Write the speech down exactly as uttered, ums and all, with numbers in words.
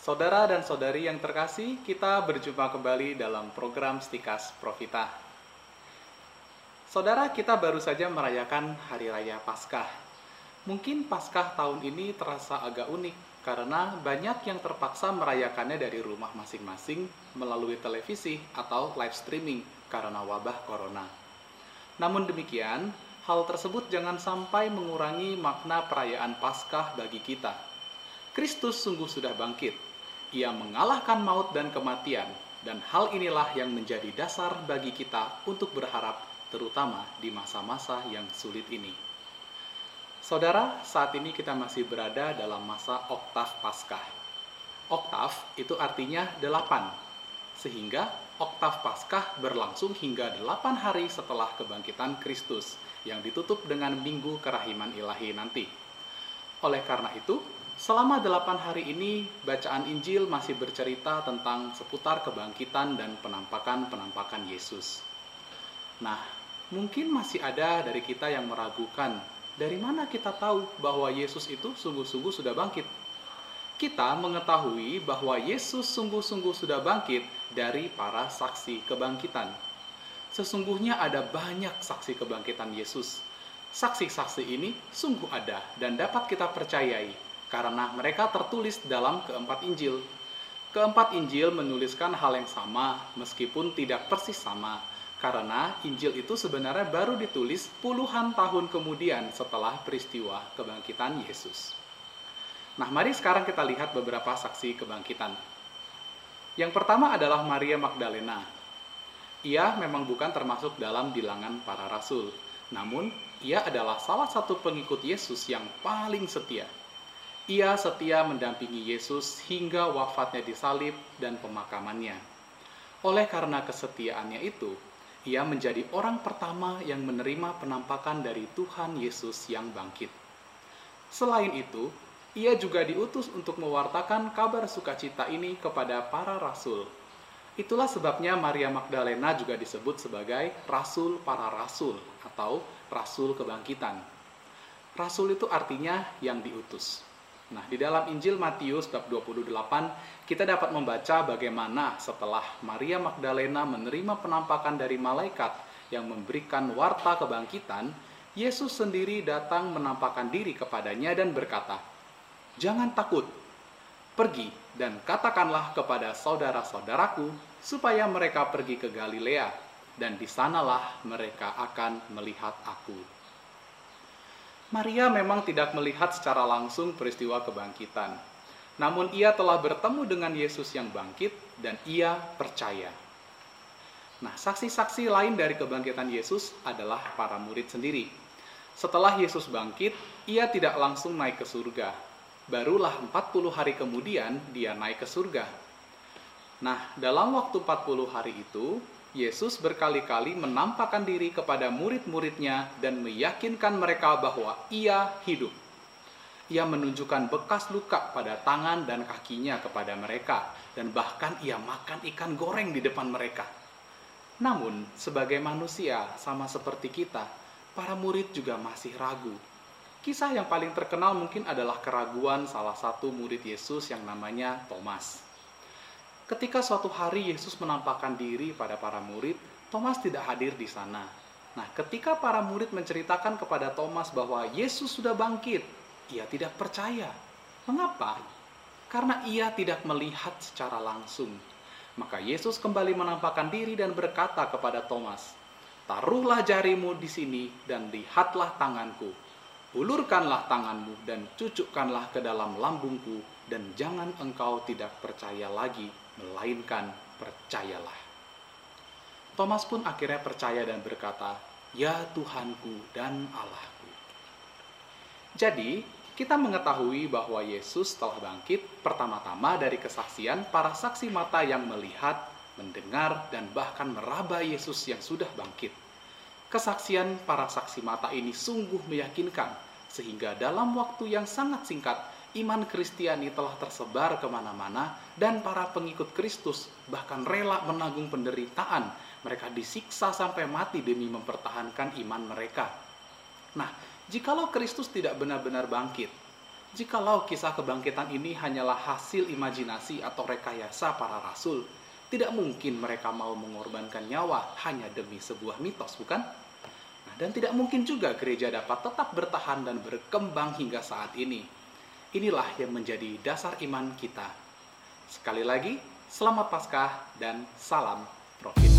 Saudara dan saudari yang terkasih, kita berjumpa kembali dalam program Stikas Profita. Saudara, kita baru saja merayakan Hari Raya Paskah. Mungkin Paskah tahun ini terasa agak unik, karena banyak yang terpaksa merayakannya dari rumah masing-masing melalui televisi atau live streaming karena wabah corona. Namun demikian, hal tersebut jangan sampai mengurangi makna perayaan Paskah bagi kita. Kristus sungguh sudah bangkit. Ia mengalahkan maut dan kematian, dan hal inilah yang menjadi dasar bagi kita untuk berharap, terutama di masa-masa yang sulit ini. Saudara, saat ini kita masih berada dalam masa oktav Paskah. Oktav itu artinya delapan, sehingga oktav Paskah berlangsung hingga delapan hari setelah kebangkitan Kristus, yang ditutup dengan Minggu Kerahiman Ilahi nanti. Oleh karena itu, selama delapan hari ini, bacaan Injil masih bercerita tentang seputar kebangkitan dan penampakan-penampakan Yesus. Nah, mungkin masih ada dari kita yang meragukan, dari mana kita tahu bahwa Yesus itu sungguh-sungguh sudah bangkit? Kita mengetahui bahwa Yesus sungguh-sungguh sudah bangkit dari para saksi kebangkitan. Sesungguhnya ada banyak saksi kebangkitan Yesus. Saksi-saksi ini sungguh ada dan dapat kita percayai, karena mereka tertulis dalam keempat Injil. Keempat Injil menuliskan hal yang sama, meskipun tidak persis sama, karena Injil itu sebenarnya baru ditulis puluhan tahun kemudian setelah peristiwa kebangkitan Yesus. Nah, mari sekarang kita lihat beberapa saksi kebangkitan. Yang pertama adalah Maria Magdalena. Ia memang bukan termasuk dalam bilangan para rasul, namun ia adalah salah satu pengikut Yesus yang paling setia. Ia setia mendampingi Yesus hingga wafatnya di salib dan pemakamannya. Oleh karena kesetiaannya itu, ia menjadi orang pertama yang menerima penampakan dari Tuhan Yesus yang bangkit. Selain itu, ia juga diutus untuk mewartakan kabar sukacita ini kepada para rasul. Itulah sebabnya Maria Magdalena juga disebut sebagai Rasul para Rasul atau Rasul Kebangkitan. Rasul itu artinya yang diutus. Nah, di dalam Injil Matius bab dua puluh delapan, kita dapat membaca bagaimana setelah Maria Magdalena menerima penampakan dari malaikat yang memberikan warta kebangkitan, Yesus sendiri datang menampakkan diri kepadanya dan berkata, "Jangan takut, pergi dan katakanlah kepada saudara-saudaraku supaya mereka pergi ke Galilea, dan di sanalah mereka akan melihat aku." Maria memang tidak melihat secara langsung peristiwa kebangkitan. Namun ia telah bertemu dengan Yesus yang bangkit dan ia percaya. Nah, saksi-saksi lain dari kebangkitan Yesus adalah para murid sendiri. Setelah Yesus bangkit, ia tidak langsung naik ke surga. Barulah empat puluh hari kemudian dia naik ke surga. Nah, dalam waktu empat puluh hari itu, Yesus berkali-kali menampakkan diri kepada murid-muridnya dan meyakinkan mereka bahwa ia hidup. Ia menunjukkan bekas luka pada tangan dan kakinya kepada mereka, dan bahkan ia makan ikan goreng di depan mereka. Namun, sebagai manusia sama seperti kita, para murid juga masih ragu. Kisah yang paling terkenal mungkin adalah keraguan salah satu murid Yesus yang namanya Thomas. Ketika suatu hari Yesus menampakkan diri pada para murid, Thomas tidak hadir di sana. Nah, ketika para murid menceritakan kepada Thomas bahwa Yesus sudah bangkit, ia tidak percaya. Mengapa? Karena ia tidak melihat secara langsung. Maka Yesus kembali menampakkan diri dan berkata kepada Thomas, "Taruhlah jarimu di sini dan lihatlah tanganku. Ulurkanlah tanganmu dan cucukkanlah ke dalam lambungku, dan jangan engkau tidak percaya lagi, melainkan percayalah." Thomas pun akhirnya percaya dan berkata, "Ya Tuhanku dan Allahku." Jadi, kita mengetahui bahwa Yesus telah bangkit pertama-tama dari kesaksian para saksi mata yang melihat, mendengar, dan bahkan meraba Yesus yang sudah bangkit. Kesaksian para saksi mata ini sungguh meyakinkan, sehingga dalam waktu yang sangat singkat, iman Kristiani telah tersebar kemana-mana, dan para pengikut Kristus bahkan rela menanggung penderitaan. Mereka disiksa sampai mati demi mempertahankan iman mereka. Nah, jikalau Kristus tidak benar-benar bangkit, Jikalau kisah kebangkitan ini hanyalah hasil imajinasi atau rekayasa para rasul, tidak mungkin mereka mau mengorbankan nyawa hanya demi sebuah mitos, bukan? Nah, dan tidak mungkin juga gereja dapat tetap bertahan dan berkembang hingga saat ini. Inilah yang menjadi dasar iman kita. Sekali lagi, selamat Paskah dan salam Profit.